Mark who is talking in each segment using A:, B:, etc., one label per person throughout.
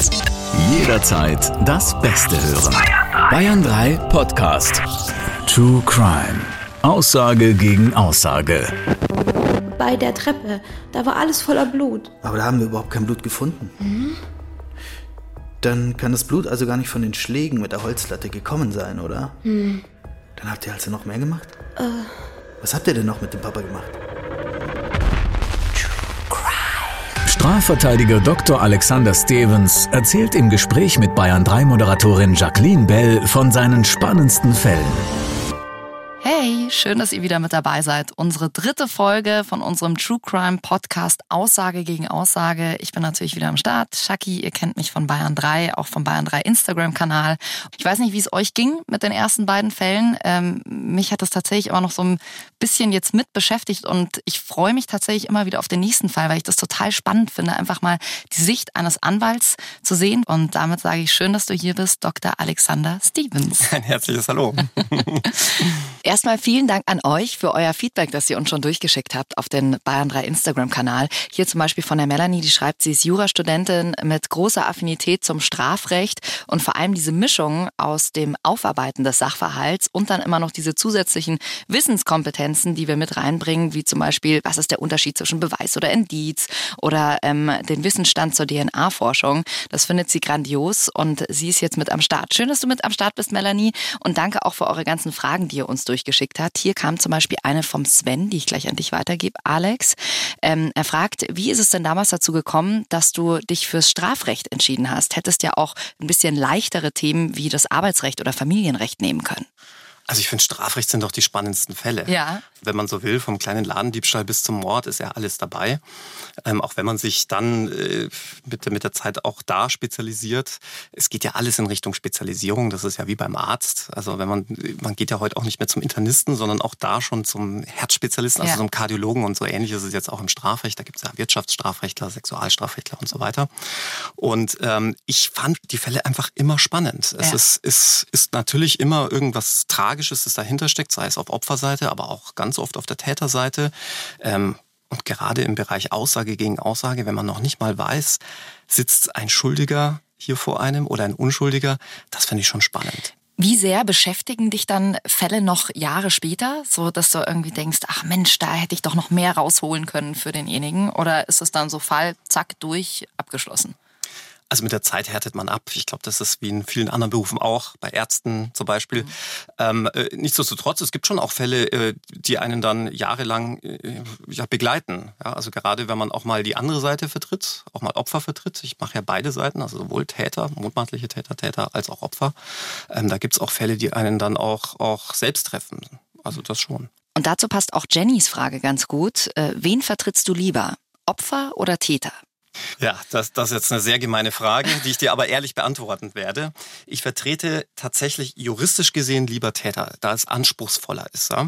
A: Plus. Jederzeit das Beste hören. Bayern 3 Podcast. True Crime. Aussage gegen Aussage.
B: Bei der Treppe, da war alles voller Blut.
C: Aber da haben wir überhaupt kein Blut gefunden. Dann kann das Blut also gar nicht von den Schlägen mit der Holzlatte gekommen sein, oder? Dann habt ihr also noch mehr gemacht? Was habt ihr denn noch mit dem Papa gemacht?
A: Strafverteidiger Dr. Alexander Stevens erzählt im Gespräch mit Bayern 3 Moderatorin Jacqueline Bell von seinen spannendsten Fällen.
D: Hey, schön, dass ihr wieder mit dabei seid. Unsere 3. Folge von unserem True Crime Podcast Aussage gegen Aussage. Ich bin natürlich wieder am Start. Shaki, ihr kennt mich von Bayern 3, auch vom Bayern 3 Instagram-Kanal. Ich weiß nicht, wie es euch ging mit den ersten beiden Fällen. Mich hat das tatsächlich immer noch so ein bisschen jetzt mit beschäftigt und ich freue mich tatsächlich immer wieder auf den nächsten Fall, weil ich das total spannend finde, einfach mal die Sicht eines Anwalts zu sehen. Und damit sage ich schön, dass du hier bist, Dr. Alexander Stevens.
E: Ein herzliches Hallo.
D: Erstmal vielen Dank an euch für euer Feedback, das ihr uns schon durchgeschickt habt auf den Bayern 3 Instagram-Kanal. Hier zum Beispiel von der Melanie, die schreibt, sie ist Jurastudentin mit großer Affinität zum Strafrecht und vor allem diese Mischung aus dem Aufarbeiten des Sachverhalts und dann immer noch diese zusätzlichen Wissenskompetenzen, die wir mit reinbringen, wie zum Beispiel, was ist der Unterschied zwischen Beweis oder Indiz oder den Wissensstand zur DNA-Forschung. Das findet sie grandios und sie ist jetzt mit am Start. Schön, dass du mit am Start bist, Melanie, und danke auch für eure ganzen Fragen, die ihr uns durchgeschickt habt. Hier kam zum Beispiel eine vom Sven, die ich gleich an dich weitergebe, Alex. Er fragt, wie ist es denn damals dazu gekommen, dass du dich fürs Strafrecht entschieden hast? Hättest ja auch ein bisschen leichtere Themen wie das Arbeitsrecht oder Familienrecht nehmen können.
E: Also ich finde, Strafrecht sind doch die spannendsten Fälle.
D: Ja.
E: Wenn man so will, vom kleinen Ladendiebstahl bis zum Mord ist ja alles dabei. Auch wenn man sich dann mit der Zeit auch da spezialisiert. Es geht ja alles in Richtung Spezialisierung. Das ist ja wie beim Arzt. Also man geht ja heute auch nicht mehr zum Internisten, sondern auch da schon zum Herzspezialisten, also zum Kardiologen, und so ähnlich ist es jetzt auch im Strafrecht. Da gibt es ja Wirtschaftsstrafrechtler, Sexualstrafrechtler und so weiter. Und ich fand die Fälle einfach immer spannend. Es ist natürlich immer irgendwas Tragisches, das dahinter steckt, sei es auf Opferseite, aber auch ganz oft auf der Täterseite. Und gerade im Bereich Aussage gegen Aussage, wenn man noch nicht mal weiß, sitzt ein Schuldiger hier vor einem oder ein Unschuldiger, das finde ich schon spannend.
D: Wie sehr beschäftigen dich dann Fälle noch Jahre später, so dass du irgendwie denkst, ach Mensch, da hätte ich doch noch mehr rausholen können für denjenigen? Oder ist es dann so Fall, zack, durch, abgeschlossen?
E: Also mit der Zeit härtet man ab. Ich glaube, das ist wie in vielen anderen Berufen auch, bei Ärzten zum Beispiel. Nichtsdestotrotz, es gibt schon auch Fälle, die einen dann jahrelang begleiten. Ja, also gerade wenn man auch mal die andere Seite vertritt, auch mal Opfer vertritt. Ich mache ja beide Seiten, also sowohl Täter, mutmaßliche Täter, als auch Opfer. Da gibt es auch Fälle, die einen dann auch selbst treffen. Also das schon.
D: Und dazu passt auch Jennys Frage ganz gut. Wen vertrittst du lieber? Opfer oder Täter?
E: Ja, das ist jetzt eine sehr gemeine Frage, die ich dir aber ehrlich beantworten werde. Ich vertrete tatsächlich juristisch gesehen lieber Täter, da es anspruchsvoller ist. Ja?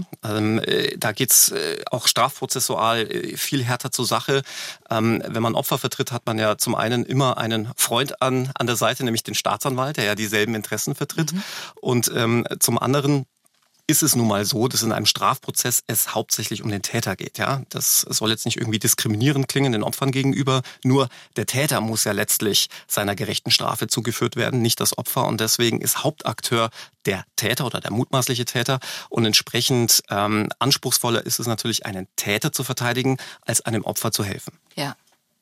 E: Da geht's auch strafprozessual viel härter zur Sache. Wenn man Opfer vertritt, hat man ja zum einen immer einen Freund an der Seite, nämlich den Staatsanwalt, der ja dieselben Interessen vertritt. Und zum anderen ist es nun mal so, dass in einem Strafprozess es hauptsächlich um den Täter geht. Ja? Das soll jetzt nicht irgendwie diskriminierend klingen den Opfern gegenüber. Nur der Täter muss ja letztlich seiner gerechten Strafe zugeführt werden, nicht das Opfer. Und deswegen ist Hauptakteur der Täter oder der mutmaßliche Täter. Und entsprechend anspruchsvoller ist es natürlich, einen Täter zu verteidigen, als einem Opfer zu helfen.
D: Ja.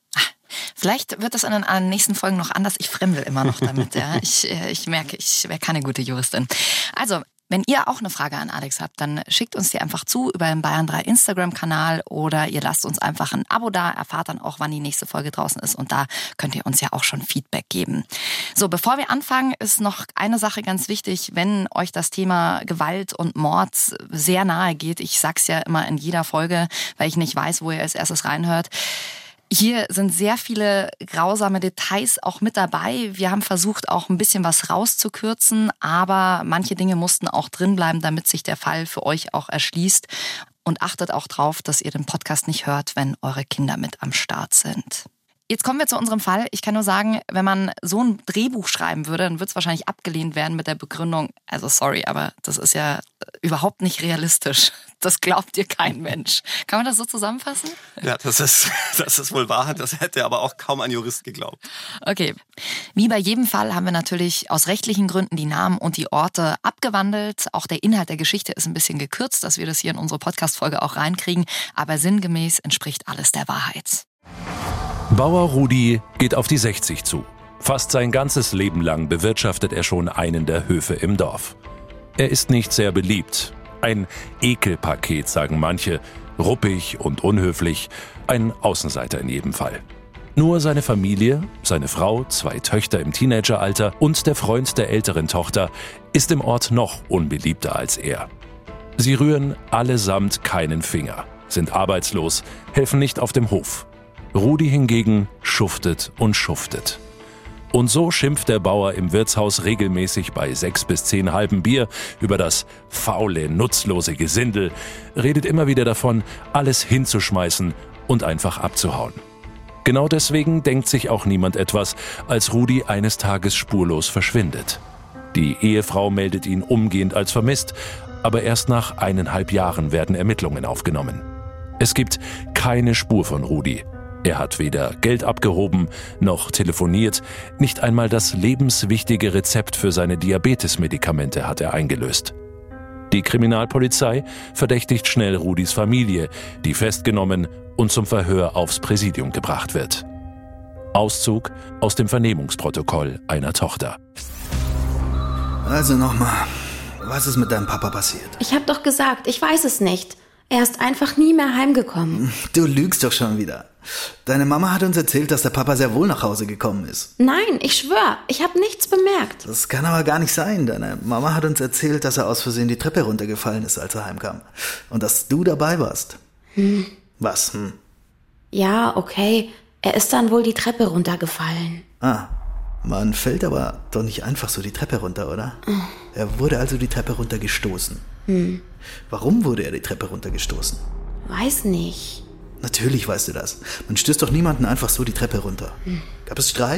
D: Vielleicht wird das in den nächsten Folgen noch anders. Ich fremdel immer noch damit. Ja. Ich merke, ich wäre keine gute Juristin. Also, wenn ihr auch eine Frage an Alex habt, dann schickt uns die einfach zu über den Bayern 3 Instagram-Kanal oder ihr lasst uns einfach ein Abo da, erfahrt dann auch, wann die nächste Folge draußen ist und da könnt ihr uns ja auch schon Feedback geben. So, bevor wir anfangen, ist noch eine Sache ganz wichtig, wenn euch das Thema Gewalt und Mord sehr nahe geht. Ich sag's ja immer in jeder Folge, weil ich nicht weiß, wo ihr als erstes reinhört. Hier sind sehr viele grausame Details auch mit dabei. Wir haben versucht, auch ein bisschen was rauszukürzen, aber manche Dinge mussten auch drin bleiben, damit sich der Fall für euch auch erschließt. Und achtet auch drauf, dass ihr den Podcast nicht hört, wenn eure Kinder mit am Start sind. Jetzt kommen wir zu unserem Fall. Ich kann nur sagen, wenn man so ein Drehbuch schreiben würde, dann wird es wahrscheinlich abgelehnt werden mit der Begründung, also sorry, aber das ist ja überhaupt nicht realistisch. Das glaubt dir kein Mensch. Kann man das so zusammenfassen?
E: Ja, das ist wohl wahr. Das hätte aber auch kaum ein Jurist geglaubt.
D: Okay. Wie bei jedem Fall haben wir natürlich aus rechtlichen Gründen die Namen und die Orte abgewandelt. Auch der Inhalt der Geschichte ist ein bisschen gekürzt, dass wir das hier in unsere Podcast-Folge auch reinkriegen. Aber sinngemäß entspricht alles der Wahrheit.
F: Bauer Rudi geht auf die 60 zu. Fast sein ganzes Leben lang bewirtschaftet er schon einen der Höfe im Dorf. Er ist nicht sehr beliebt. Ein Ekelpaket, sagen manche. Ruppig und unhöflich. Ein Außenseiter in jedem Fall. Nur seine Familie, seine Frau, 2 Töchter im Teenageralter und der Freund der älteren Tochter ist im Ort noch unbeliebter als er. Sie rühren allesamt keinen Finger, sind arbeitslos, helfen nicht auf dem Hof. Rudi hingegen schuftet und schuftet. Und so schimpft der Bauer im Wirtshaus regelmäßig bei 6 bis 10 halben Bier über das faule, nutzlose Gesindel, redet immer wieder davon, alles hinzuschmeißen und einfach abzuhauen. Genau deswegen denkt sich auch niemand etwas, als Rudi eines Tages spurlos verschwindet. Die Ehefrau meldet ihn umgehend als vermisst, aber erst nach 1,5 Jahren werden Ermittlungen aufgenommen. Es gibt keine Spur von Rudi. Er hat weder Geld abgehoben, noch telefoniert, nicht einmal das lebenswichtige Rezept für seine Diabetesmedikamente hat er eingelöst. Die Kriminalpolizei verdächtigt schnell Rudis Familie, die festgenommen und zum Verhör aufs Präsidium gebracht wird. Auszug aus dem Vernehmungsprotokoll einer Tochter.
C: Also nochmal, was ist mit deinem Papa passiert?
B: Ich habe doch gesagt, ich weiß es nicht. Er ist einfach nie mehr heimgekommen.
C: Du lügst doch schon wieder. Deine Mama hat uns erzählt, dass der Papa sehr wohl nach Hause gekommen ist.
B: Nein, ich schwör, ich habe nichts bemerkt.
C: Das kann aber gar nicht sein. Deine Mama hat uns erzählt, dass er aus Versehen die Treppe runtergefallen ist, als er heimkam. Und dass du dabei warst. Was?
B: Ja, okay. Er ist dann wohl die Treppe runtergefallen.
C: Man fällt aber doch nicht einfach so die Treppe runter, oder? Er wurde also die Treppe runtergestoßen. Warum wurde er die Treppe runtergestoßen?
B: Weiß nicht.
C: Natürlich weißt du das. Man stößt doch niemanden einfach so die Treppe runter. Gab es Streit?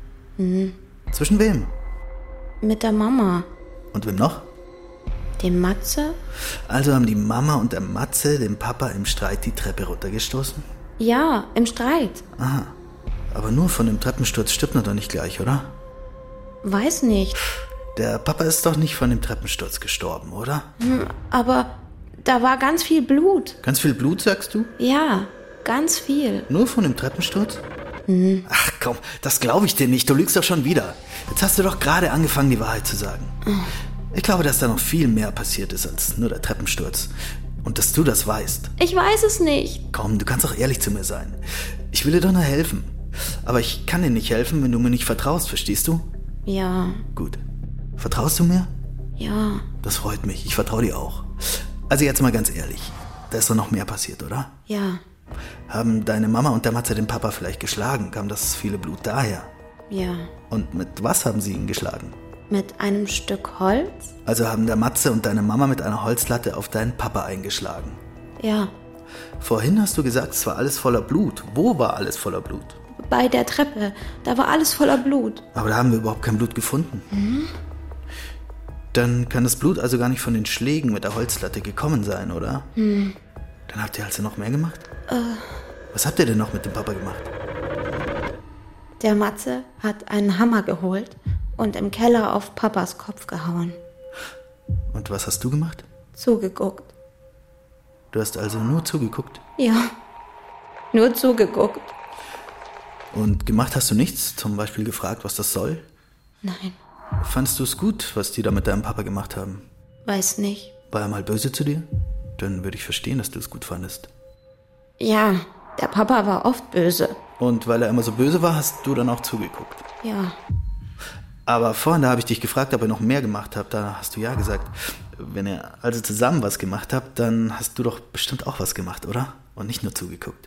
C: Zwischen wem?
B: Mit der Mama.
C: Und wem noch?
B: Dem Matze?
C: Also haben die Mama und der Matze den Papa im Streit die Treppe runtergestoßen?
B: Ja, im Streit.
C: Aha. Aber nur von dem Treppensturz stirbt man doch nicht gleich, oder?
B: Weiß nicht.
C: Der Papa ist doch nicht von dem Treppensturz gestorben, oder?
B: Aber da war ganz viel Blut.
C: Ganz viel Blut, sagst du?
B: Ja, ganz viel.
C: Nur von dem Treppensturz? Ach komm, das glaube ich dir nicht. Du lügst doch schon wieder. Jetzt hast du doch gerade angefangen, die Wahrheit zu sagen. Ich glaube, dass da noch viel mehr passiert ist als nur der Treppensturz. Und dass du das weißt.
B: Ich weiß es nicht.
C: Komm, du kannst doch ehrlich zu mir sein. Ich will dir doch nur helfen. Aber ich kann dir nicht helfen, wenn du mir nicht vertraust, verstehst du?
B: Ja.
C: Gut. Vertraust du mir?
B: Ja.
C: Das freut mich. Ich vertraue dir auch. Also jetzt mal ganz ehrlich. Da ist doch noch mehr passiert, oder?
B: Ja.
C: Haben deine Mama und der Matze den Papa vielleicht geschlagen? Kam das viele Blut daher?
B: Ja.
C: Und mit was haben sie ihn geschlagen?
B: Mit einem Stück Holz?
C: Also haben der Matze und deine Mama mit einer Holzlatte auf deinen Papa eingeschlagen?
B: Ja.
C: Vorhin hast du gesagt, es war alles voller Blut. Wo war alles voller Blut?
B: Bei der Treppe. Da war alles voller Blut.
C: Aber da haben wir überhaupt kein Blut gefunden. Dann kann das Blut also gar nicht von den Schlägen mit der Holzlatte gekommen sein, oder? Dann habt ihr also noch mehr gemacht? Was habt ihr denn noch mit dem Papa gemacht?
B: Der Matze hat einen Hammer geholt und im Keller auf Papas Kopf gehauen.
C: Und was hast du gemacht?
B: Zugeguckt.
C: Du hast also nur zugeguckt?
B: Ja, nur zugeguckt.
C: Und gemacht hast du nichts? Zum Beispiel gefragt, was das soll?
B: Nein,
C: Fandst du es gut, was die da mit deinem Papa gemacht haben?
B: weiß nicht.
C: War er mal böse zu dir? Dann würde ich verstehen, dass du es gut fandest.
B: Ja, der Papa war oft böse.
C: Und weil er immer so böse war, hast du dann auch zugeguckt.
B: Ja,
C: Aber vorhin, da habe ich dich gefragt, ob ihr noch mehr gemacht habt. Da hast du ja gesagt. Wenn ihr also zusammen was gemacht habt, dann hast du doch bestimmt auch was gemacht, oder? Und nicht nur zugeguckt.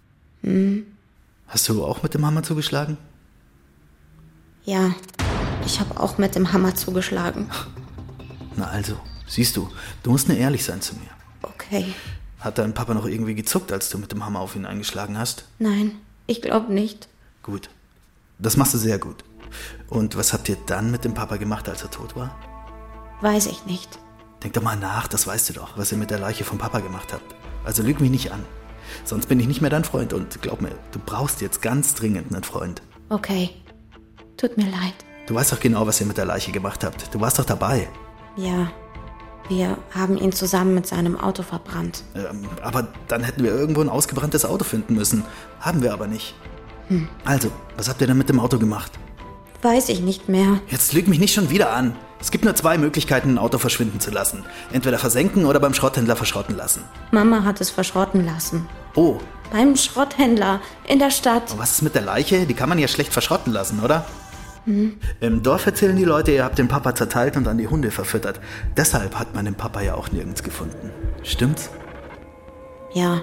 C: Hast du auch mit dem Hammer zugeschlagen?
B: ja. Ich habe auch mit dem Hammer zugeschlagen.
C: Na also, siehst du, du musst nur ehrlich sein zu mir.
B: Okay.
C: Hat dein Papa noch irgendwie gezuckt, als du mit dem Hammer auf ihn eingeschlagen hast?
B: Nein, ich glaube nicht.
C: Gut. Das machst du sehr gut. Und was habt ihr dann mit dem Papa gemacht, als er tot war?
B: Weiß ich nicht.
C: Denk doch mal nach, das weißt du doch, was ihr mit der Leiche von Papa gemacht habt. Also lüg mich nicht an. Sonst bin ich nicht mehr dein Freund und glaub mir, du brauchst jetzt ganz dringend einen Freund.
B: Okay, tut mir leid.
C: Du weißt doch genau, was ihr mit der Leiche gemacht habt. Du warst doch dabei.
B: Ja, wir haben ihn zusammen mit seinem Auto verbrannt.
C: Aber dann hätten wir irgendwo ein ausgebranntes Auto finden müssen. Haben wir aber nicht. Also, was habt ihr denn mit dem Auto gemacht?
B: Weiß ich nicht mehr.
C: Jetzt lüg mich nicht schon wieder an. Es gibt nur 2 Möglichkeiten, ein Auto verschwinden zu lassen. Entweder versenken oder beim Schrotthändler verschrotten lassen.
B: Mama hat es verschrotten lassen.
C: Oh,
B: Beim Schrotthändler in der Stadt.
C: und was ist mit der Leiche? Die kann man ja schlecht verschrotten lassen, oder? Im Dorf erzählen die Leute, ihr habt den Papa zerteilt und an die Hunde verfüttert. Deshalb hat man den Papa ja auch nirgends gefunden. Stimmt's?
B: Ja,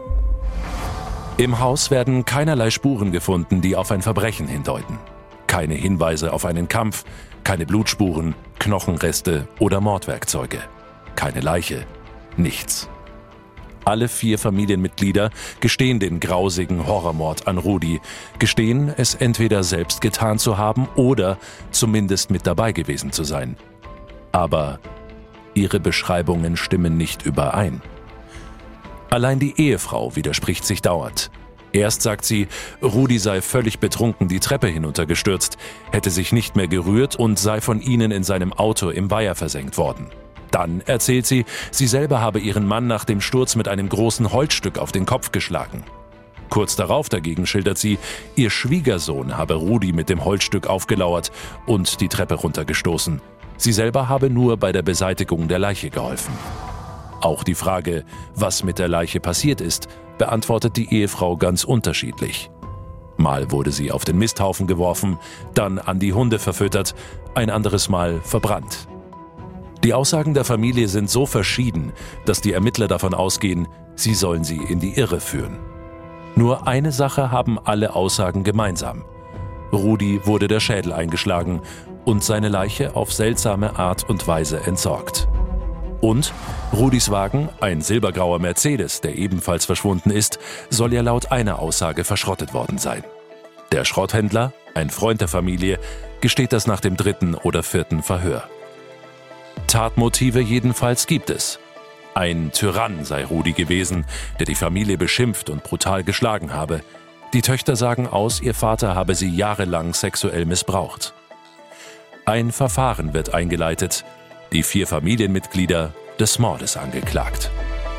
F: Im Haus werden keinerlei Spuren gefunden, die auf ein Verbrechen hindeuten. Keine Hinweise auf einen Kampf, keine Blutspuren, Knochenreste oder Mordwerkzeuge. Keine Leiche, nichts. Alle 4 Familienmitglieder gestehen den grausigen Horrormord an Rudi, gestehen, es entweder selbst getan zu haben oder zumindest mit dabei gewesen zu sein. Aber ihre Beschreibungen stimmen nicht überein. Allein die Ehefrau widerspricht sich dauernd. Erst sagt sie, Rudi sei völlig betrunken die Treppe hinuntergestürzt, hätte sich nicht mehr gerührt und sei von ihnen in seinem Auto im Weiher versenkt worden. Dann erzählt sie, sie selber habe ihren Mann nach dem Sturz mit einem großen Holzstück auf den Kopf geschlagen. Kurz darauf dagegen schildert sie, ihr Schwiegersohn habe Rudi mit dem Holzstück aufgelauert und die Treppe runtergestoßen. Sie selber habe nur bei der Beseitigung der Leiche geholfen. Auch die Frage, was mit der Leiche passiert ist, beantwortet die Ehefrau ganz unterschiedlich. Mal wurde sie auf den Misthaufen geworfen, dann an die Hunde verfüttert, ein anderes Mal verbrannt. Die Aussagen der Familie sind so verschieden, dass die Ermittler davon ausgehen, sie sollen sie in die Irre führen. Nur eine Sache haben alle Aussagen gemeinsam. Rudi wurde der Schädel eingeschlagen und seine Leiche auf seltsame Art und Weise entsorgt. Und Rudis Wagen, ein silbergrauer Mercedes, der ebenfalls verschwunden ist, soll ja laut einer Aussage verschrottet worden sein. Der Schrotthändler, ein Freund der Familie, gesteht das nach dem 3. oder 4. Verhör. Tatmotive jedenfalls gibt es. Ein Tyrann sei Rudi gewesen, der die Familie beschimpft und brutal geschlagen habe. Die Töchter sagen aus, ihr Vater habe sie jahrelang sexuell missbraucht. Ein Verfahren wird eingeleitet, die 4 Familienmitglieder des Mordes angeklagt.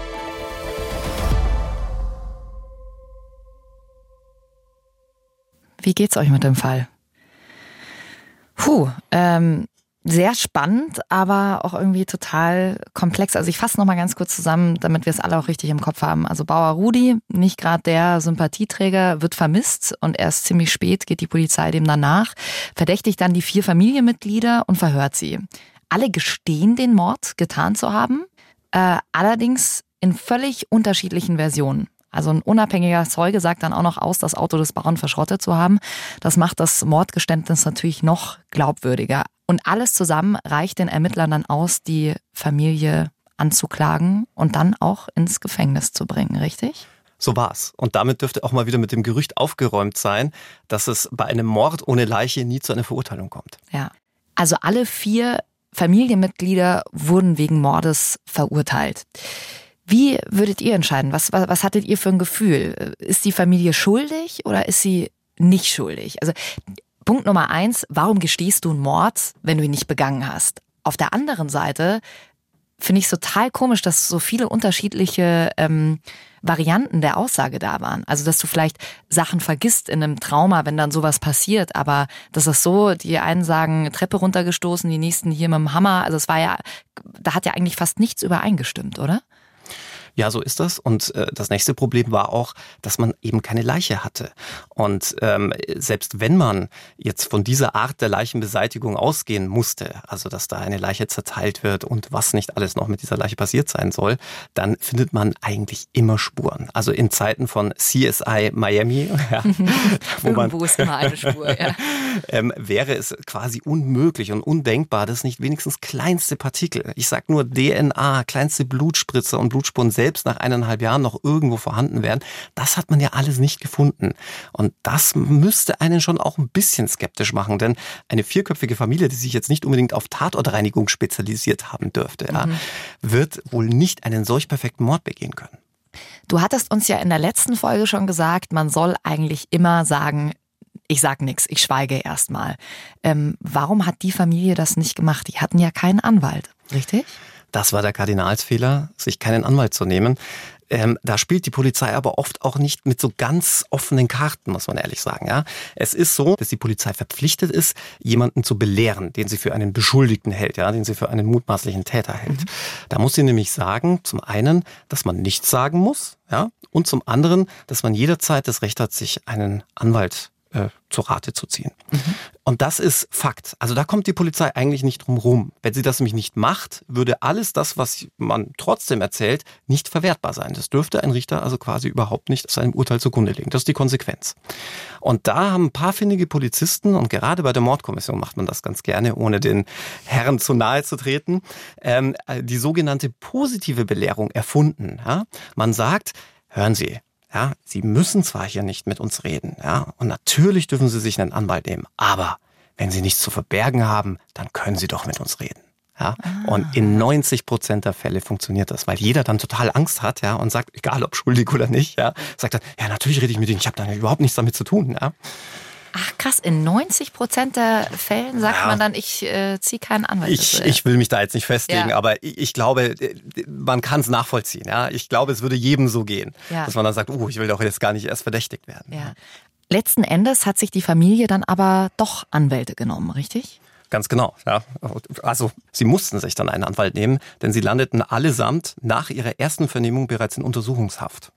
D: Wie geht's euch mit dem Fall? Sehr spannend, aber auch irgendwie total komplex. Also ich fasse noch mal ganz kurz zusammen, damit wir es alle auch richtig im Kopf haben. Also Bauer Rudi, nicht gerade der Sympathieträger, wird vermisst und erst ziemlich spät geht die Polizei dem danach, verdächtigt dann die 4 Familienmitglieder und verhört sie. Alle gestehen den Mord getan zu haben, allerdings in völlig unterschiedlichen Versionen. Also ein unabhängiger Zeuge sagt dann auch noch aus, das Auto des Bauern verschrottet zu haben. Das macht das Mordgeständnis natürlich noch glaubwürdiger. Und alles zusammen reicht den Ermittlern dann aus, die Familie anzuklagen und dann auch ins Gefängnis zu bringen, richtig?
E: So war's. Und damit dürfte auch mal wieder mit dem Gerücht aufgeräumt sein, dass es bei einem Mord ohne Leiche nie zu einer Verurteilung kommt.
D: Ja. Also alle 4 Familienmitglieder wurden wegen Mordes verurteilt. Wie würdet ihr entscheiden? Was hattet ihr für ein Gefühl? Ist die Familie schuldig oder ist sie nicht schuldig? Also Punkt Nummer 1, warum gestehst du einen Mord, wenn du ihn nicht begangen hast? Auf der anderen Seite finde ich es total komisch, dass so viele unterschiedliche Varianten der Aussage da waren. Also dass du vielleicht Sachen vergisst in einem Trauma, wenn dann sowas passiert, aber das ist so, die einen sagen Treppe runtergestoßen, die nächsten hier mit dem Hammer. Also es war ja, da hat ja eigentlich fast nichts übereingestimmt, oder?
E: Ja, so ist das. Und das nächste Problem war auch, dass man eben keine Leiche hatte. Und selbst wenn man jetzt von dieser Art der Leichenbeseitigung ausgehen musste, also dass da eine Leiche zerteilt wird und was nicht alles noch mit dieser Leiche passiert sein soll, dann findet man eigentlich immer Spuren. Also in Zeiten von CSI Miami, ja,
D: irgendwo ist immer eine Spur, ja.
E: Wäre es quasi unmöglich und undenkbar, dass nicht wenigstens kleinste Partikel, ich sag nur DNA, kleinste Blutspritzer und Blutspuren selbst nach 1,5 Jahren noch irgendwo vorhanden wären. Das hat man ja alles nicht gefunden. Und das müsste einen schon auch ein bisschen skeptisch machen, denn eine 4-köpfige Familie, die sich jetzt nicht unbedingt auf Tatortreinigung spezialisiert haben dürfte, wird wohl nicht einen solch perfekten Mord begehen können.
D: Du hattest uns ja in der letzten Folge schon gesagt, man soll eigentlich immer sagen, ich sag nichts, ich schweige erstmal. Warum hat die Familie das nicht gemacht? Die hatten ja keinen Anwalt, richtig?
E: Das war der Kardinalsfehler, sich keinen Anwalt zu nehmen. Da spielt die Polizei aber oft auch nicht mit so ganz offenen Karten, muss man ehrlich sagen. Ja? Es ist so, dass die Polizei verpflichtet ist, jemanden zu belehren, den sie für einen Beschuldigten hält, ja, den sie für einen mutmaßlichen Täter hält. Da muss sie nämlich sagen, zum einen, dass man nichts sagen muss, ja, und zum anderen, dass man jederzeit das Recht hat, sich einen Anwalt zur Rate zu ziehen. Und das ist Fakt. Also da kommt die Polizei eigentlich nicht drum rum. Wenn sie das nämlich nicht macht, würde alles das, was man trotzdem erzählt, nicht verwertbar sein. Das dürfte ein Richter also quasi überhaupt nicht seinem Urteil zugrunde legen. Das ist die Konsequenz. Und da haben ein paar findige Polizisten, und gerade bei der Mordkommission macht man das ganz gerne, ohne den Herren zu nahe zu treten, die sogenannte positive Belehrung erfunden. Ja? Man sagt, hören Sie, ja, Sie müssen zwar hier nicht mit uns reden, ja, und natürlich dürfen Sie sich einen Anwalt nehmen, aber wenn Sie nichts zu verbergen haben, dann können Sie doch mit uns reden. Ja, und in 90% der Fälle funktioniert das, weil jeder dann total Angst hat, ja, und sagt, egal ob schuldig oder nicht, ja, sagt dann, ja, natürlich rede ich mit Ihnen, ich habe da überhaupt nichts damit zu tun, ja.
D: Ach krass, in 90% der Fällen sagt man dann, ich ziehe keinen Anwalt.
E: Ich will mich da jetzt nicht festlegen, aber ich glaube, man kann es nachvollziehen. Ja? Ich glaube, es würde jedem so gehen, dass man dann sagt, ich will doch jetzt gar nicht erst verdächtigt werden.
D: Ja. Letzten Endes hat sich die Familie dann aber doch Anwälte genommen, richtig?
E: Ganz genau, ja. Also sie mussten sich dann einen Anwalt nehmen, denn sie landeten allesamt nach ihrer ersten Vernehmung bereits in Untersuchungshaft.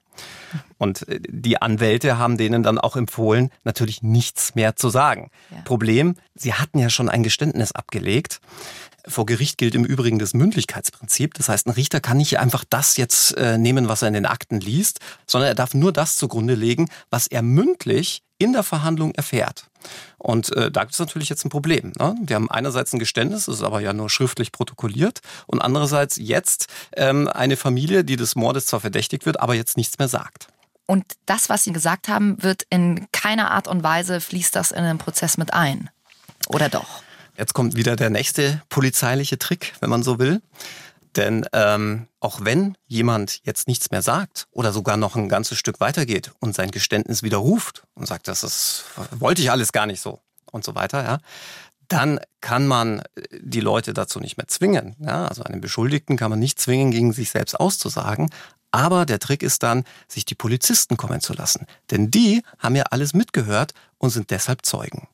E: Und die Anwälte haben denen dann auch empfohlen, natürlich nichts mehr zu sagen. Ja. Problem, sie hatten ja schon ein Geständnis abgelegt. Vor Gericht gilt im Übrigen das Mündlichkeitsprinzip. Das heißt, ein Richter kann nicht einfach das jetzt nehmen, was er in den Akten liest, sondern er darf nur das zugrunde legen, was er mündlich in der Verhandlung erfährt. Und da gibt es natürlich jetzt ein Problem. Ne? Wir haben einerseits ein Geständnis, das ist aber ja nur schriftlich protokolliert, und andererseits jetzt eine Familie, die des Mordes zwar verdächtigt wird, aber jetzt nichts mehr sagt.
D: Und das, was Sie gesagt haben, wird in keiner Art und Weise, fließt das in den Prozess mit ein. Oder doch?
E: Jetzt kommt wieder der nächste polizeiliche Trick, wenn man so will. Denn auch wenn jemand jetzt nichts mehr sagt oder sogar noch ein ganzes Stück weitergeht und sein Geständnis widerruft und sagt, das wollte ich alles gar nicht so und so weiter, ja, dann kann man die Leute dazu nicht mehr zwingen. Ja? Also einen Beschuldigten kann man nicht zwingen, gegen sich selbst auszusagen. Aber der Trick ist dann, sich die Polizisten kommen zu lassen. Denn die haben ja alles mitgehört und sind deshalb Zeugen.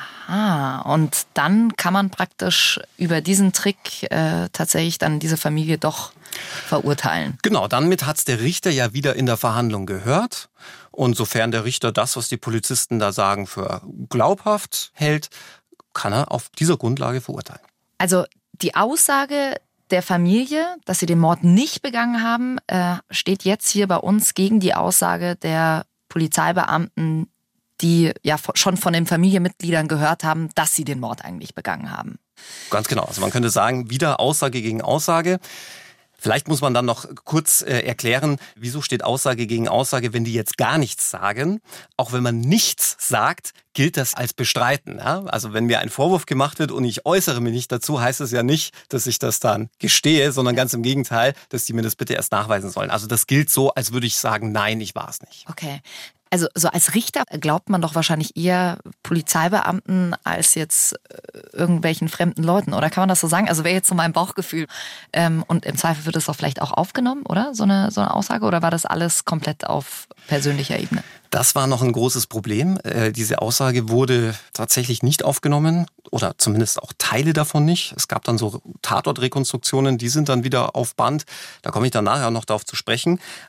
D: Aha, und dann kann man praktisch über diesen Trick tatsächlich dann diese Familie doch verurteilen.
E: Genau, damit hat's der Richter ja wieder in der Verhandlung gehört. Und sofern der Richter das, was die Polizisten da sagen, für glaubhaft hält, kann er auf dieser Grundlage verurteilen.
D: Also die Aussage der Familie, dass sie den Mord nicht begangen haben, steht jetzt hier bei uns gegen die Aussage der Polizeibeamten, die ja schon von den Familienmitgliedern gehört haben, dass sie den Mord eigentlich begangen haben.
E: Ganz genau. Also man könnte sagen, wieder Aussage gegen Aussage. Vielleicht muss man dann noch kurz erklären, wieso steht Aussage gegen Aussage, wenn die jetzt gar nichts sagen. Auch wenn man nichts sagt, gilt das als Bestreiten. Ja? Also wenn mir ein Vorwurf gemacht wird und ich äußere mich nicht dazu, heißt es ja nicht, dass ich das dann gestehe, sondern ganz im Gegenteil, dass die mir das bitte erst nachweisen sollen. Also das gilt so, als würde ich sagen, nein, ich war es nicht.
D: Okay. Also so als Richter glaubt man doch wahrscheinlich eher Polizeibeamten als jetzt irgendwelchen fremden Leuten, oder kann man das so sagen? Also wäre jetzt so mein Bauchgefühl. Und im Zweifel wird es doch vielleicht auch aufgenommen, oder? So eine Aussage, oder war das alles komplett auf persönlicher Ebene?
E: Das war noch ein großes Problem. Diese Aussage wurde tatsächlich nicht aufgenommen oder zumindest auch Teile davon nicht. Es gab dann so Tatortrekonstruktionen, die sind dann wieder auf Band. Da komme ich dann nachher noch darauf zu sprechen.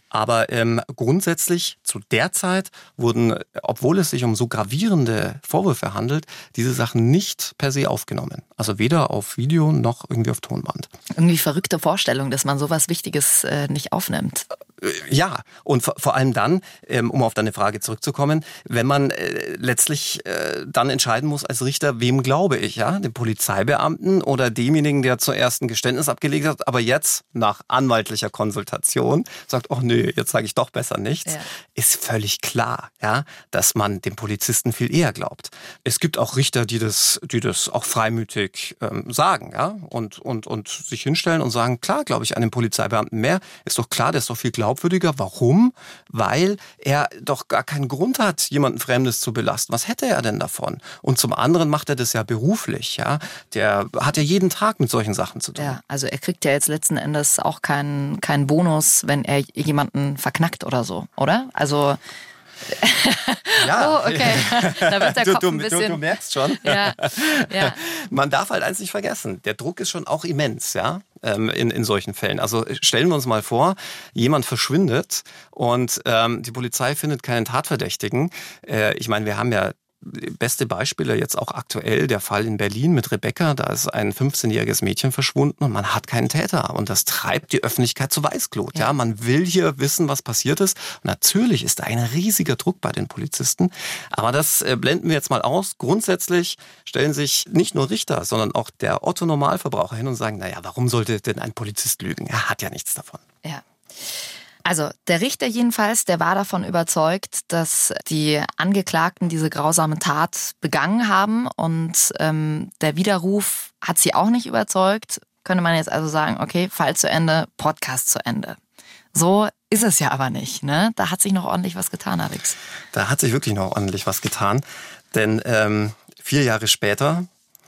E: Aber grundsätzlich zu der Zeit wurden, obwohl es sich um so gravierende Vorwürfe handelt, diese Sachen nicht per se aufgenommen. Also weder auf Video noch irgendwie auf Tonband.
D: Irgendwie verrückte Vorstellung, dass man sowas Wichtiges nicht aufnimmt.
E: Ja, und vor allem dann, um auf deine Frage zurückzukommen, wenn man letztlich dann entscheiden muss als Richter, wem glaube ich, ja, dem Polizeibeamten oder demjenigen, der zuerst ein Geständnis abgelegt hat, aber jetzt nach anwaltlicher Konsultation sagt, ach nö, jetzt sage ich doch besser nichts, ist völlig klar, ja, dass man dem Polizisten viel eher glaubt. Es gibt auch Richter, die das auch freimütig sagen, ja, und sich hinstellen und sagen, klar, glaube ich einem Polizeibeamten mehr, ist doch klar, der ist doch viel glaubwürdiger. Warum? Weil er doch gar keinen Grund hat, jemanden Fremdes zu belasten. Was hätte er denn davon? Und zum anderen macht er das ja beruflich, ja. Der hat ja jeden Tag mit solchen Sachen zu tun.
D: Ja, also er kriegt ja jetzt letzten Endes auch keinen Bonus, wenn er jemanden verknackt oder so, oder? Also
E: ja.
D: Oh, okay. Da wird der Kopf ein bisschen...
E: Du merkst schon.
D: Ja.
E: Man darf halt eins nicht vergessen. Der Druck ist schon auch immens, ja, in solchen Fällen. Also stellen wir uns mal vor, jemand verschwindet und die Polizei findet keinen Tatverdächtigen. Ich meine, wir haben ja beste Beispiele jetzt auch aktuell, der Fall in Berlin mit Rebecca, da ist ein 15-jähriges Mädchen verschwunden und man hat keinen Täter und das treibt die Öffentlichkeit zu Weißglut. Ja, man will hier wissen, was passiert ist. Und natürlich ist da ein riesiger Druck bei den Polizisten, aber das blenden wir jetzt mal aus. Grundsätzlich stellen sich nicht nur Richter, sondern auch der Otto-Normalverbraucher hin und sagen, naja, warum sollte denn ein Polizist lügen? Er hat ja nichts davon.
D: Ja. Also der Richter jedenfalls, der war davon überzeugt, dass die Angeklagten diese grausame Tat begangen haben und der Widerruf hat sie auch nicht überzeugt. Könnte man jetzt also sagen, okay, Fall zu Ende, Podcast zu Ende. So ist es ja aber nicht, ne? Da hat sich noch ordentlich was getan, Alex.
E: Da hat sich wirklich noch ordentlich was getan, denn 4 Jahre später,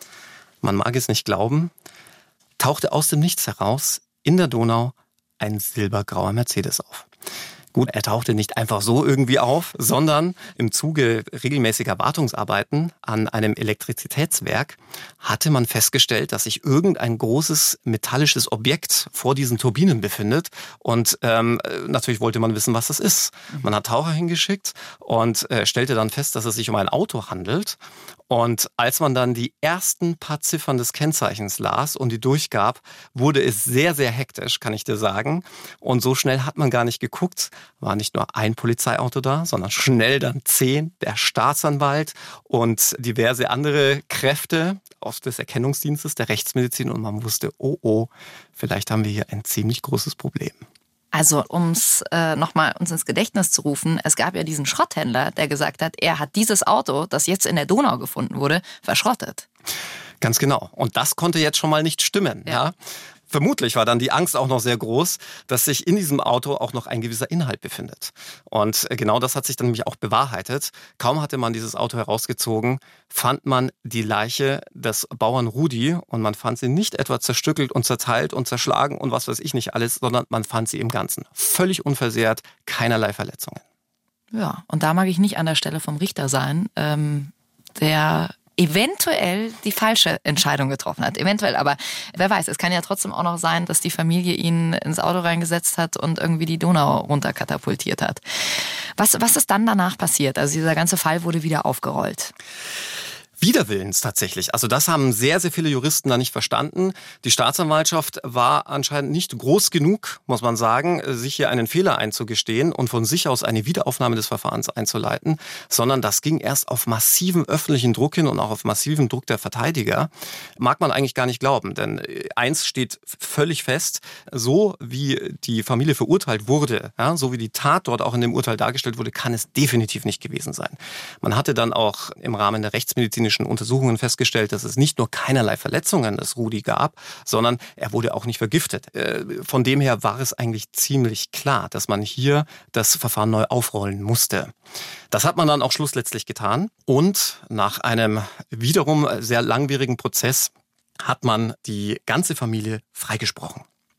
E: man mag es nicht glauben, tauchte aus dem Nichts heraus in der Donau ein silbergrauer Mercedes auf. Gut, er tauchte nicht einfach so irgendwie auf, sondern im Zuge regelmäßiger Wartungsarbeiten an einem Elektrizitätswerk hatte man festgestellt, dass sich irgendein großes metallisches Objekt vor diesen Turbinen befindet. Und natürlich wollte man wissen, was das ist. Man hat Taucher hingeschickt und stellte dann fest, dass es sich um ein Auto handelt. Und als man dann die ersten paar Ziffern des Kennzeichens las und die durchgab, wurde es sehr, sehr hektisch, kann ich dir sagen. Und so schnell hat man gar nicht geguckt. War nicht nur ein Polizeiauto da, sondern schnell dann 10, der Staatsanwalt und diverse andere Kräfte aus des Erkennungsdienstes, der Rechtsmedizin. Und man wusste, oh, vielleicht haben wir hier ein ziemlich großes Problem.
D: Also um es nochmal uns ins Gedächtnis zu rufen, es gab ja diesen Schrotthändler, der gesagt hat, er hat dieses Auto, das jetzt in der Donau gefunden wurde, verschrottet.
E: Ganz genau. Und das konnte jetzt schon mal nicht stimmen. Ja. Vermutlich war dann die Angst auch noch sehr groß, dass sich in diesem Auto auch noch ein gewisser Inhalt befindet. Und genau das hat sich dann nämlich auch bewahrheitet. Kaum hatte man dieses Auto herausgezogen, fand man die Leiche des Bauern Rudi und man fand sie nicht etwa zerstückelt und zerteilt und zerschlagen und was weiß ich nicht alles, sondern man fand sie im Ganzen. Völlig unversehrt, keinerlei Verletzungen.
D: Ja, und da mag ich nicht an der Stelle vom Richter sein, der eventuell die falsche Entscheidung getroffen hat. Eventuell, aber wer weiß, es kann ja trotzdem auch noch sein, dass die Familie ihn ins Auto reingesetzt hat und irgendwie die Donau runterkatapultiert hat. Was ist dann danach passiert? Also dieser ganze Fall wurde wieder aufgerollt.
E: Widerwillens tatsächlich. Also das haben sehr, sehr viele Juristen da nicht verstanden. Die Staatsanwaltschaft war anscheinend nicht groß genug, muss man sagen, sich hier einen Fehler einzugestehen und von sich aus eine Wiederaufnahme des Verfahrens einzuleiten, sondern das ging erst auf massiven öffentlichen Druck hin und auch auf massiven Druck der Verteidiger. Mag man eigentlich gar nicht glauben, denn eins steht völlig fest, so wie die Familie verurteilt wurde, ja, so wie die Tat dort auch in dem Urteil dargestellt wurde, kann es definitiv nicht gewesen sein. Man hatte dann auch im Rahmen der rechtsmedizinischen Untersuchungen festgestellt, dass es nicht nur keinerlei Verletzungen des Rudi gab, sondern er wurde auch nicht vergiftet. Von dem her war es eigentlich ziemlich klar, dass man hier das Verfahren neu aufrollen musste. Das hat man dann auch schlussletztlich getan und nach einem wiederum sehr langwierigen Prozess hat man die ganze Familie freigesprochen.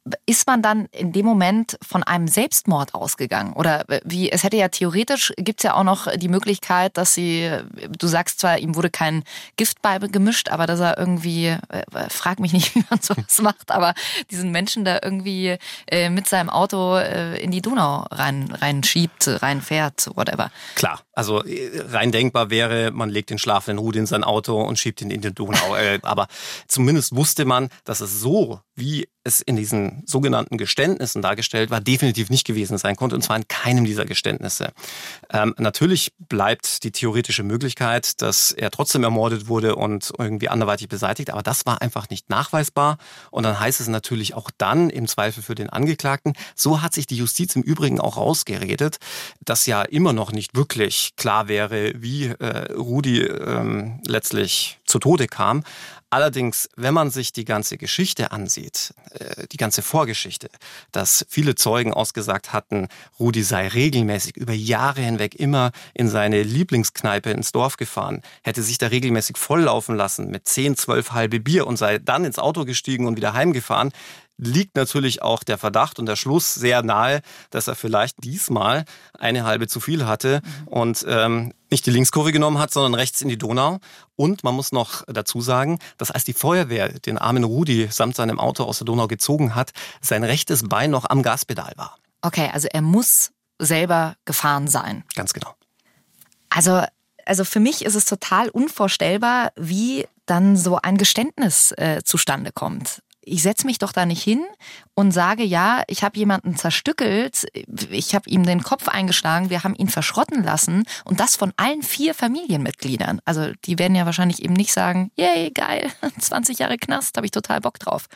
D: ist man dann in dem Moment von einem Selbstmord ausgegangen? Oder wie, es hätte ja theoretisch, gibt es ja auch noch die Möglichkeit, dass du sagst zwar, ihm wurde kein Gift beigemischt, aber dass er irgendwie, frag mich nicht, wie man sowas macht, aber diesen Menschen da irgendwie mit seinem Auto in die Donau reinschiebt, reinfährt, whatever.
E: Klar, also rein denkbar wäre, man legt den schlafenden Rudi in sein Auto und schiebt ihn in die Donau. Aber zumindest wusste man, dass es so, wie es in diesen sogenannten Geständnissen dargestellt war, definitiv nicht gewesen sein konnte, und zwar in keinem dieser Geständnisse. Natürlich bleibt die theoretische Möglichkeit, dass er trotzdem ermordet wurde und irgendwie anderweitig beseitigt, aber das war einfach nicht nachweisbar, und dann heißt es natürlich auch dann im Zweifel für den Angeklagten. So hat sich die Justiz im Übrigen auch rausgeredet, dass ja immer noch nicht wirklich klar wäre, wie Rudi letztlich zu Tode kam. Allerdings, wenn man sich die ganze Geschichte ansieht, die ganze Vorgeschichte, dass viele Zeugen ausgesagt hatten, Rudi sei regelmäßig über Jahre hinweg immer in seine Lieblingskneipe ins Dorf gefahren, hätte sich da regelmäßig volllaufen lassen mit 10, 12 halbe Bier und sei dann ins Auto gestiegen und wieder heimgefahren, liegt natürlich auch der Verdacht und der Schluss sehr nahe, dass er vielleicht diesmal eine halbe zu viel hatte und nicht die Linkskurve genommen hat, sondern rechts in die Donau. Und man muss noch dazu sagen, dass als die Feuerwehr den armen Rudi samt seinem Auto aus der Donau gezogen hat, sein rechtes Bein noch am Gaspedal war.
D: Okay, also er muss selber gefahren sein.
E: Ganz genau.
D: Also für mich ist es total unvorstellbar, wie dann so ein Geständnis zustande kommt. Ich setze mich doch da nicht hin und sage, ja, ich habe jemanden zerstückelt, ich habe ihm den Kopf eingeschlagen, wir haben ihn verschrotten lassen, und das von allen 4 Familienmitgliedern. Also die werden ja wahrscheinlich eben nicht sagen, yay, geil, 20 Jahre Knast, habe ich total Bock drauf.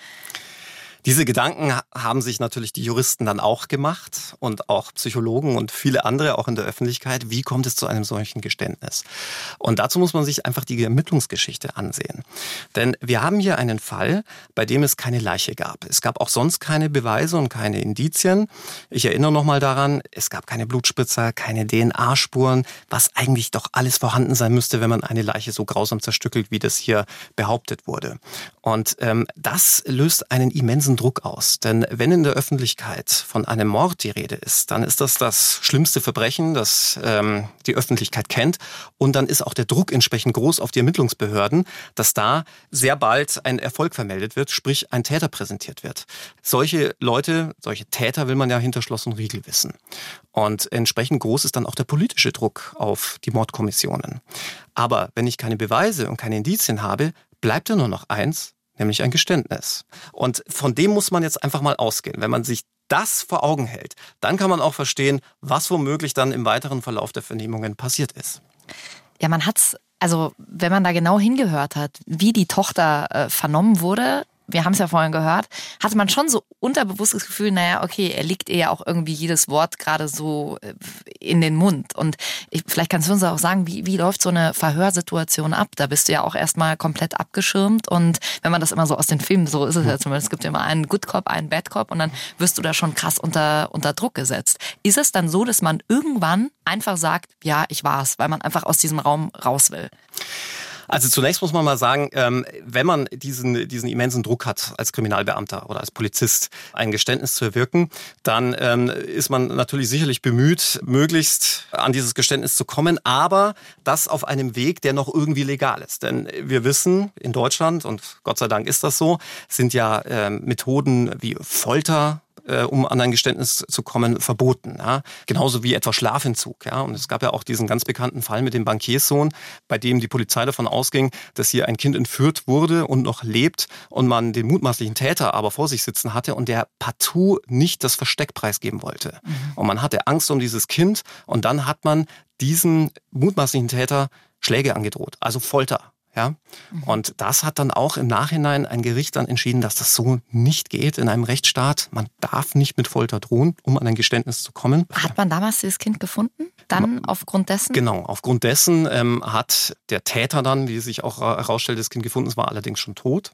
E: Diese Gedanken haben sich natürlich die Juristen dann auch gemacht und auch Psychologen und viele andere, auch in der Öffentlichkeit. Wie kommt es zu einem solchen Geständnis? Und dazu muss man sich einfach die Ermittlungsgeschichte ansehen. Denn wir haben hier einen Fall, bei dem es keine Leiche gab. Es gab auch sonst keine Beweise und keine Indizien. Ich erinnere nochmal daran, es gab keine Blutspritzer, keine DNA-Spuren, was eigentlich doch alles vorhanden sein müsste, wenn man eine Leiche so grausam zerstückelt, wie das hier behauptet wurde. Und das löst einen immensen Druck aus. Denn wenn in der Öffentlichkeit von einem Mord die Rede ist, dann ist das schlimmste Verbrechen, das die Öffentlichkeit kennt. Und dann ist auch der Druck entsprechend groß auf die Ermittlungsbehörden, dass da sehr bald ein Erfolg vermeldet wird, sprich ein Täter präsentiert wird. Solche Leute, solche Täter will man ja hinter Schloss und Riegel wissen. Und entsprechend groß ist dann auch der politische Druck auf die Mordkommissionen. Aber wenn ich keine Beweise und keine Indizien habe, bleibt ja nur noch eins, nämlich ein Geständnis. Und von dem muss man jetzt einfach mal ausgehen. Wenn man sich das vor Augen hält, dann kann man auch verstehen, was womöglich dann im weiteren Verlauf der Vernehmungen passiert ist.
D: Ja, man hat's, also wenn man da genau hingehört hat, wie die Tochter vernommen wurde, wir haben es ja vorhin gehört, hatte man schon so unterbewusstes Gefühl, naja, okay, er legt ihr ja auch irgendwie jedes Wort gerade so in den Mund. Und vielleicht kannst du uns auch sagen, wie läuft so eine Verhörsituation ab? Da bist du ja auch erstmal komplett abgeschirmt, und wenn man das immer so aus den Filmen, so ist es ja zumindest, es gibt ja immer einen Good Cop, einen Bad Cop, und dann wirst du da schon krass unter Druck gesetzt. Ist es dann so, dass man irgendwann einfach sagt, ja, ich war's, weil man einfach aus diesem Raum raus will?
E: Also zunächst muss man mal sagen, wenn man diesen immensen Druck hat als Kriminalbeamter oder als Polizist, ein Geständnis zu erwirken, dann ist man natürlich sicherlich bemüht, möglichst an dieses Geständnis zu kommen, aber das auf einem Weg, der noch irgendwie legal ist. Denn wir wissen, in Deutschland, und Gott sei Dank ist das so, sind ja Methoden wie Folter, um an ein Geständnis zu kommen, verboten. Ja? Genauso wie etwa Schlafentzug. Ja? Und es gab ja auch diesen ganz bekannten Fall mit dem Bankierssohn, bei dem die Polizei davon ausging, dass hier ein Kind entführt wurde und noch lebt und man den mutmaßlichen Täter aber vor sich sitzen hatte und der partout nicht das Versteck preisgeben wollte. Und man hatte Angst um dieses Kind, und dann hat man diesen mutmaßlichen Täter Schläge angedroht, also Folter. Ja? Und das hat dann auch im Nachhinein ein Gericht dann entschieden, dass das so nicht geht in einem Rechtsstaat. Man darf nicht mit Folter drohen, um an ein Geständnis zu kommen.
D: Hat man damals dieses Kind gefunden? Dann aufgrund dessen?
E: Genau, aufgrund dessen hat der Täter dann, wie sich auch herausstellt, das Kind gefunden. Es war allerdings schon tot.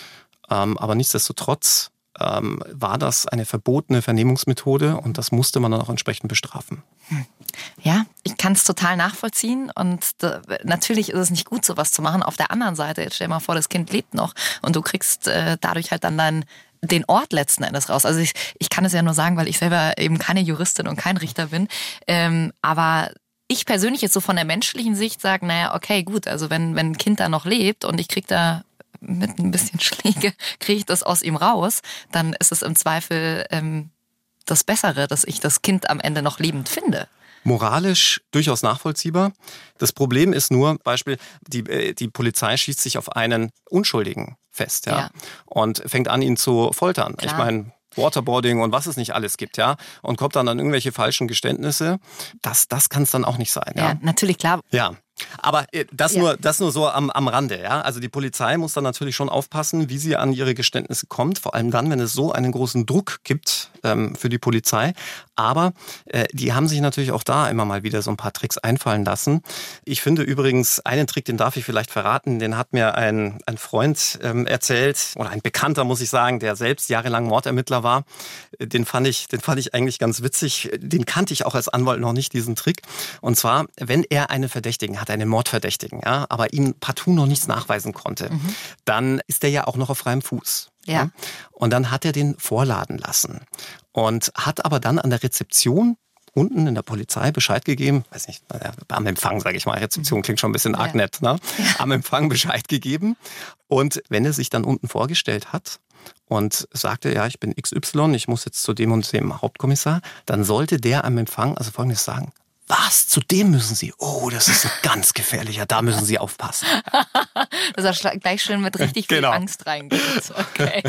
E: Aber nichtsdestotrotz war das eine verbotene Vernehmungsmethode, und das musste man dann auch entsprechend bestrafen.
D: Ja, ich kann es total nachvollziehen, und natürlich ist es nicht gut, sowas zu machen. Auf der anderen Seite, jetzt stell dir mal vor, das Kind lebt noch und du kriegst dadurch halt dann dein den Ort letzten Endes raus. Also ich kann es ja nur sagen, weil ich selber eben keine Juristin und kein Richter bin. Aber ich persönlich jetzt so von der menschlichen Sicht sage, naja, okay, gut, also wenn ein Kind da noch lebt und ich kriege da mit ein bisschen Schläge, kriege ich das aus ihm raus, dann ist es im Zweifel das Bessere, dass ich das Kind am Ende noch lebend finde.
E: Moralisch durchaus nachvollziehbar. Das Problem ist nur, Beispiel, die Polizei schießt sich auf einen Unschuldigen fest, ja, und fängt an, ihn zu foltern. Klar. Ich meine, Waterboarding und was es nicht alles gibt, ja, und kommt dann an irgendwelche falschen Geständnisse. Das kann es dann auch nicht sein. Ja,
D: natürlich, klar.
E: Ja. Aber das nur so am Rande, ja. Also die Polizei muss dann natürlich schon aufpassen, wie sie an ihre Geständnisse kommt. Vor allem dann, wenn es so einen großen Druck gibt für die Polizei. Aber die haben sich natürlich auch da immer mal wieder so ein paar Tricks einfallen lassen. Ich finde übrigens, einen Trick, den darf ich vielleicht verraten, den hat mir ein Freund erzählt, oder ein Bekannter, muss ich sagen, der selbst jahrelang Mordermittler war. Den fand ich eigentlich ganz witzig. Den kannte ich auch als Anwalt noch nicht, diesen Trick. Und zwar, wenn er einen Verdächtigen hat, einen Mordverdächtigen, ja, aber ihm partout noch nichts nachweisen konnte, dann ist er ja auch noch auf freiem Fuß. Ja. Und dann hat er den vorladen lassen und hat aber dann an der Rezeption unten in der Polizei Bescheid gegeben, weiß nicht, am Empfang, sage ich mal, Rezeption klingt schon ein bisschen arg nett, ne? Am Empfang Bescheid gegeben. Und wenn er sich dann unten vorgestellt hat und sagte, ja, ich bin XY, ich muss jetzt zu dem und dem Hauptkommissar, dann sollte der am Empfang also Folgendes sagen: Was? Zu dem müssen Sie? Oh, das ist ein ganz gefährlicher, da müssen Sie aufpassen.
D: Dass er gleich schön mit richtig viel Angst reingeht. Okay.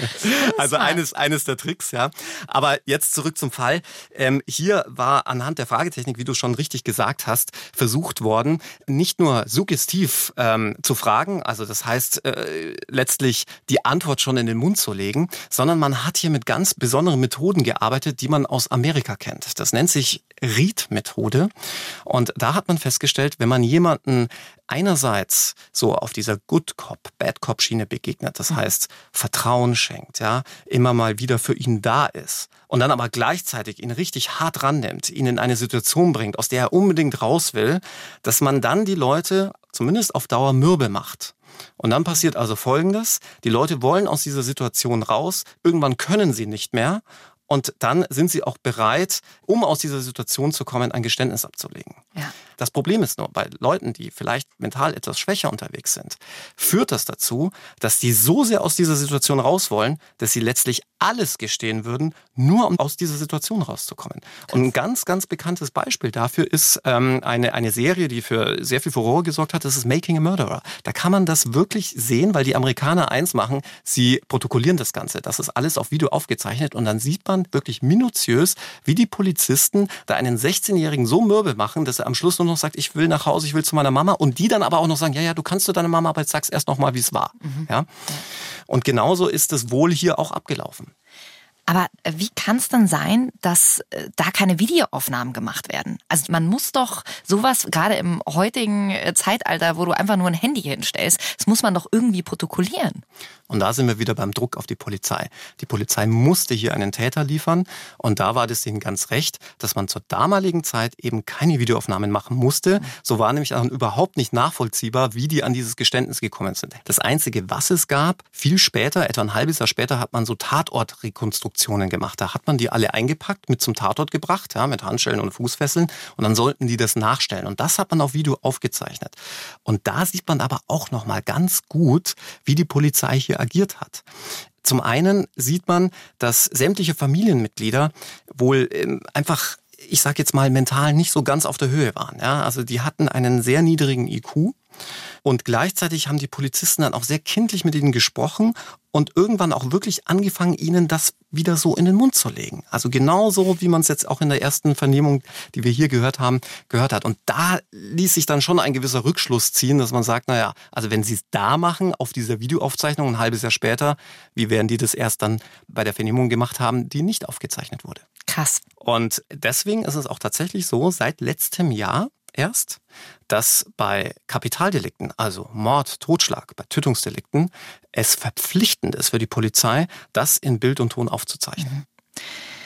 E: Also eines der Tricks, ja. Aber jetzt zurück zum Fall. Hier war anhand der Fragetechnik, wie du schon richtig gesagt hast, versucht worden, nicht nur suggestiv zu fragen, also das heißt letztlich die Antwort schon in den Mund zu legen, sondern man hat hier mit ganz besonderen Methoden gearbeitet, die man aus Amerika kennt. Das nennt sich Reed-Methode. Und da hat man festgestellt, wenn man jemanden einerseits so auf dieser Good Cop, Bad Cop Schiene begegnet, das heißt Vertrauen schenkt, ja, immer mal wieder für ihn da ist und dann aber gleichzeitig ihn richtig hart rannimmt, ihn in eine Situation bringt, aus der er unbedingt raus will, dass man dann die Leute zumindest auf Dauer mürbe macht. Und dann passiert also Folgendes: Die Leute wollen aus dieser Situation raus, irgendwann können sie nicht mehr. Und dann sind sie auch bereit, um aus dieser Situation zu kommen, ein Geständnis abzulegen. Ja. Das Problem ist nur, bei Leuten, die vielleicht mental etwas schwächer unterwegs sind, führt das dazu, dass die so sehr aus dieser Situation raus wollen, dass sie letztlich alles gestehen würden, nur um aus dieser Situation rauszukommen. Und ein ganz, ganz bekanntes Beispiel dafür ist eine Serie, die für sehr viel Furore gesorgt hat. Das ist Making a Murderer. Da kann man das wirklich sehen, weil die Amerikaner eins machen: Sie protokollieren das Ganze. Das ist alles auf Video aufgezeichnet und dann sieht man wirklich minutiös, wie die Polizisten da einen 16-Jährigen so mürbe machen, dass er am Schluss nur noch sagt, ich will nach Hause, ich will zu meiner Mama, und die dann aber auch noch sagen, ja, du kannst zu deiner Mama, aber jetzt sag's erst noch mal, wie es war. Ja? Und genauso ist es wohl hier auch abgelaufen.
D: Aber wie kann es denn sein, dass da keine Videoaufnahmen gemacht werden? Also man muss doch sowas, gerade im heutigen Zeitalter, wo du einfach nur ein Handy hinstellst, das muss man doch irgendwie protokollieren.
E: Und da sind wir wieder beim Druck auf die Polizei. Die Polizei musste hier einen Täter liefern und da war das denen ganz recht, dass man zur damaligen Zeit eben keine Videoaufnahmen machen musste. So war nämlich auch überhaupt nicht nachvollziehbar, wie die an dieses Geständnis gekommen sind. Das Einzige, was es gab, viel später, etwa ein halbes Jahr später, hat man so Tatortrekonstruktionen gemacht. Da hat man die alle eingepackt, mit zum Tatort gebracht, ja, mit Handschellen und Fußfesseln, und dann sollten die das nachstellen. Und das hat man auf Video aufgezeichnet. Und da sieht man aber auch noch mal ganz gut, wie die Polizei hier agiert hat. Zum einen sieht man, dass sämtliche Familienmitglieder wohl einfach, ich sage jetzt mal, mental nicht so ganz auf der Höhe waren. Ja? Also die hatten einen sehr niedrigen IQ. Und gleichzeitig haben die Polizisten dann auch sehr kindlich mit ihnen gesprochen und irgendwann auch wirklich angefangen, ihnen das wieder so in den Mund zu legen. Also genauso, wie man es jetzt auch in der ersten Vernehmung, die wir hier gehört haben, gehört hat. Und da ließ sich dann schon ein gewisser Rückschluss ziehen, dass man sagt, naja, also wenn sie es da machen, auf dieser Videoaufzeichnung ein halbes Jahr später, wie werden die das erst dann bei der Vernehmung gemacht haben, die nicht aufgezeichnet wurde.
D: Krass.
E: Und deswegen ist es auch tatsächlich so, seit letztem Jahr erst, dass bei Kapitaldelikten, also Mord, Totschlag, bei Tötungsdelikten, es verpflichtend ist für die Polizei, das in Bild und Ton aufzuzeichnen.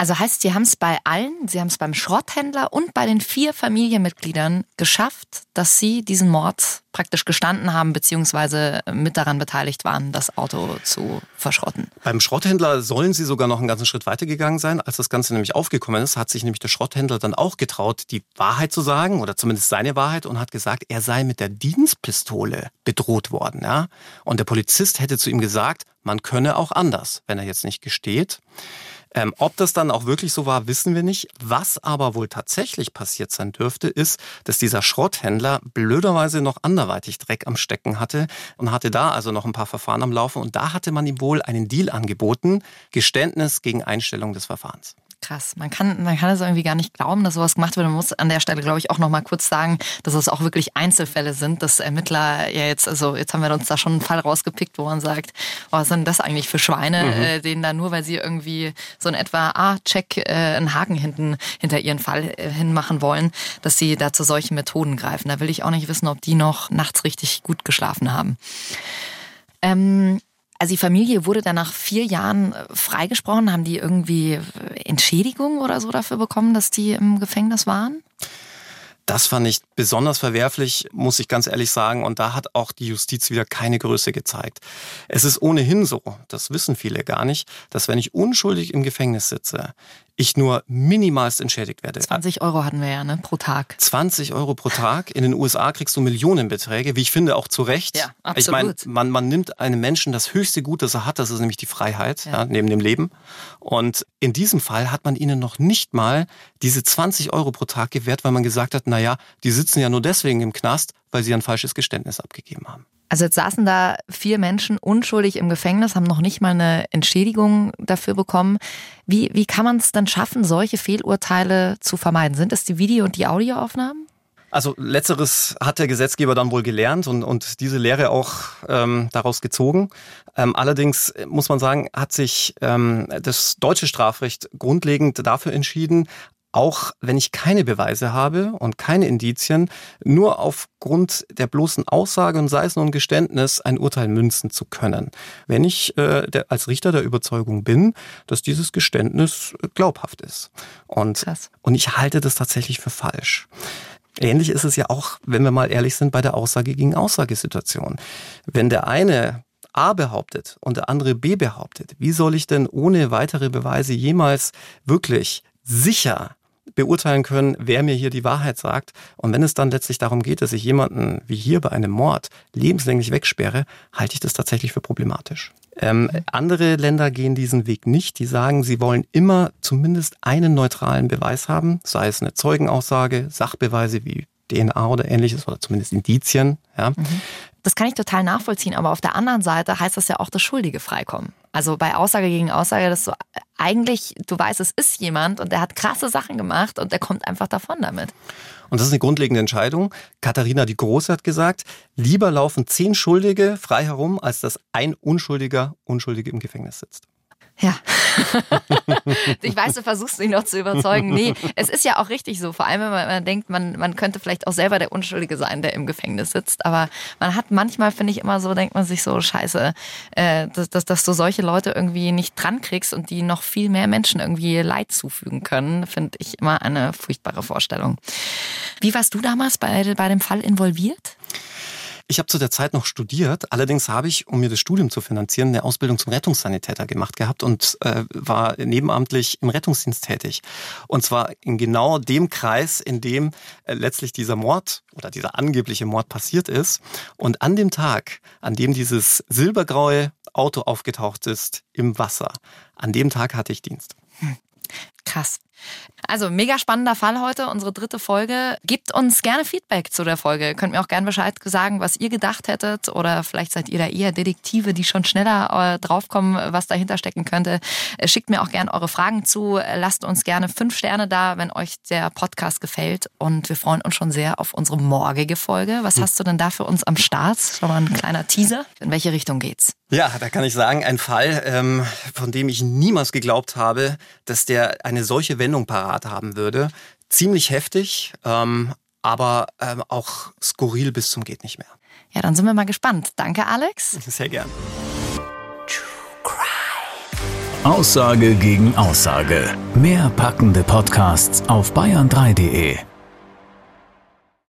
D: Also heißt, Sie haben es bei allen, Sie haben es beim Schrotthändler und bei den 4 Familienmitgliedern geschafft, dass Sie diesen Mord praktisch gestanden haben, beziehungsweise mit daran beteiligt waren, das Auto zu verschrotten.
E: Beim Schrotthändler sollen Sie sogar noch einen ganzen Schritt weitergegangen sein. Als das Ganze nämlich aufgekommen ist, hat sich nämlich der Schrotthändler dann auch getraut, die Wahrheit zu sagen, oder zumindest seine Wahrheit, und hat gesagt, er sei mit der Dienstpistole bedroht worden. Ja? Und der Polizist hätte zu ihm gesagt, man könne auch anders, wenn er jetzt nicht gesteht. Ob das dann auch wirklich so war, wissen wir nicht. Was aber wohl tatsächlich passiert sein dürfte, ist, dass dieser Schrotthändler blöderweise noch anderweitig Dreck am Stecken hatte und hatte da also noch ein paar Verfahren am Laufen. Und da hatte man ihm wohl einen Deal angeboten, Geständnis gegen Einstellung des Verfahrens.
D: Krass, man kann es irgendwie gar nicht glauben, dass sowas gemacht wird. Man muss an der Stelle, glaube ich, auch noch mal kurz sagen, dass es auch wirklich Einzelfälle sind, dass Ermittler jetzt haben wir uns da schon einen Fall rausgepickt, wo man sagt, was sind das eigentlich für Schweine, denen da nur, weil sie irgendwie so in etwa, check, einen Haken hinter ihren Fall hinmachen wollen, dass sie da zu solchen Methoden greifen. Da will ich auch nicht wissen, ob die noch nachts richtig gut geschlafen haben. Also die Familie wurde dann nach 4 Jahren freigesprochen. Haben die irgendwie Entschädigung oder so dafür bekommen, dass die im Gefängnis waren?
E: Das fand ich besonders verwerflich, muss ich ganz ehrlich sagen. Und da hat auch die Justiz wieder keine Größe gezeigt. Es ist ohnehin so, das wissen viele gar nicht, dass wenn ich unschuldig im Gefängnis sitze, ich nur minimalst entschädigt werde.
D: 20 Euro hatten wir ja, ne, pro Tag.
E: 20 Euro pro Tag. In den USA kriegst du Millionenbeträge, wie ich finde, auch zu Recht.
D: Ja, absolut.
E: Ich meine, man nimmt einem Menschen das höchste Gut, das er hat, das ist nämlich die Freiheit, ja, neben dem Leben. Und in diesem Fall hat man ihnen noch nicht mal diese 20 Euro pro Tag gewährt, weil man gesagt hat, naja, die sitzen ja nur deswegen im Knast, weil sie ein falsches Geständnis abgegeben haben.
D: Also jetzt saßen da 4 Menschen unschuldig im Gefängnis, haben noch nicht mal eine Entschädigung dafür bekommen. Wie kann man es dann schaffen, solche Fehlurteile zu vermeiden? Sind es die Video- und die Audioaufnahmen?
E: Also letzteres hat der Gesetzgeber dann wohl gelernt und diese Lehre auch daraus gezogen. Allerdings muss man sagen, hat sich das deutsche Strafrecht grundlegend dafür entschieden, auch wenn ich keine Beweise habe und keine Indizien, nur aufgrund der bloßen Aussage und sei es nur ein Geständnis, ein Urteil münzen zu können. Wenn ich als Richter der Überzeugung bin, dass dieses Geständnis glaubhaft ist. Und ich halte das tatsächlich für falsch. Ähnlich ist es ja auch, wenn wir mal ehrlich sind, bei der Aussage gegen Aussagesituation. Wenn der eine A behauptet und der andere B behauptet, wie soll ich denn ohne weitere Beweise jemals wirklich sicher beurteilen können, wer mir hier die Wahrheit sagt? Und wenn es dann letztlich darum geht, dass ich jemanden wie hier bei einem Mord lebenslänglich wegsperre, halte ich das tatsächlich für problematisch. Andere Länder gehen diesen Weg nicht. Die sagen, sie wollen immer zumindest einen neutralen Beweis haben, sei es eine Zeugenaussage, Sachbeweise wie DNA oder ähnliches oder zumindest Indizien. Ja.
D: Das kann ich total nachvollziehen, aber auf der anderen Seite heißt das ja auch, dass Schuldige freikommen. Also bei Aussage gegen Aussage, dass du eigentlich, du weißt, es ist jemand und der hat krasse Sachen gemacht und der kommt einfach davon damit.
E: Und das ist eine grundlegende Entscheidung. Katharina die Große hat gesagt, lieber laufen 10 Schuldige frei herum, als dass ein Unschuldige im Gefängnis sitzt.
D: Ja, ich weiß, du versuchst mich noch zu überzeugen. Nee, es ist ja auch richtig so. Vor allem, wenn man denkt, man könnte vielleicht auch selber der Unschuldige sein, der im Gefängnis sitzt. Aber man hat manchmal, finde ich immer so, denkt man sich so, scheiße, dass du solche Leute irgendwie nicht dran kriegst und die noch viel mehr Menschen irgendwie Leid zufügen können, finde ich immer eine furchtbare Vorstellung. Wie warst du damals bei dem Fall involviert?
E: Ich habe zu der Zeit noch studiert, allerdings habe ich, um mir das Studium zu finanzieren, eine Ausbildung zum Rettungssanitäter gemacht gehabt und war nebenamtlich im Rettungsdienst tätig. Und zwar in genau dem Kreis, in dem letztlich dieser Mord oder dieser angebliche Mord passiert ist. Und an dem Tag, an dem dieses silbergraue Auto aufgetaucht ist im Wasser, an dem Tag hatte ich Dienst.
D: Krass. Also mega spannender Fall heute, unsere 3. Folge. Gebt uns gerne Feedback zu der Folge. Ihr könnt mir auch gerne Bescheid sagen, was ihr gedacht hättet oder vielleicht seid ihr da eher Detektive, die schon schneller draufkommen, was dahinter stecken könnte. Schickt mir auch gerne eure Fragen zu. Lasst uns gerne 5 Sterne da, wenn euch der Podcast gefällt und wir freuen uns schon sehr auf unsere morgige Folge. Was hast du denn da für uns am Start? Schon mal ein kleiner Teaser. In welche Richtung geht's?
E: Ja, da kann ich sagen, ein Fall, von dem ich niemals geglaubt habe, dass der eine solche Wendung parat haben würde. Ziemlich heftig, aber auch skurril bis zum geht nicht mehr.
D: Ja, dann sind wir mal gespannt. Danke, Alex.
E: Sehr gern.
A: True Crime. Aussage gegen Aussage. Mehr packende Podcasts auf bayern3.de.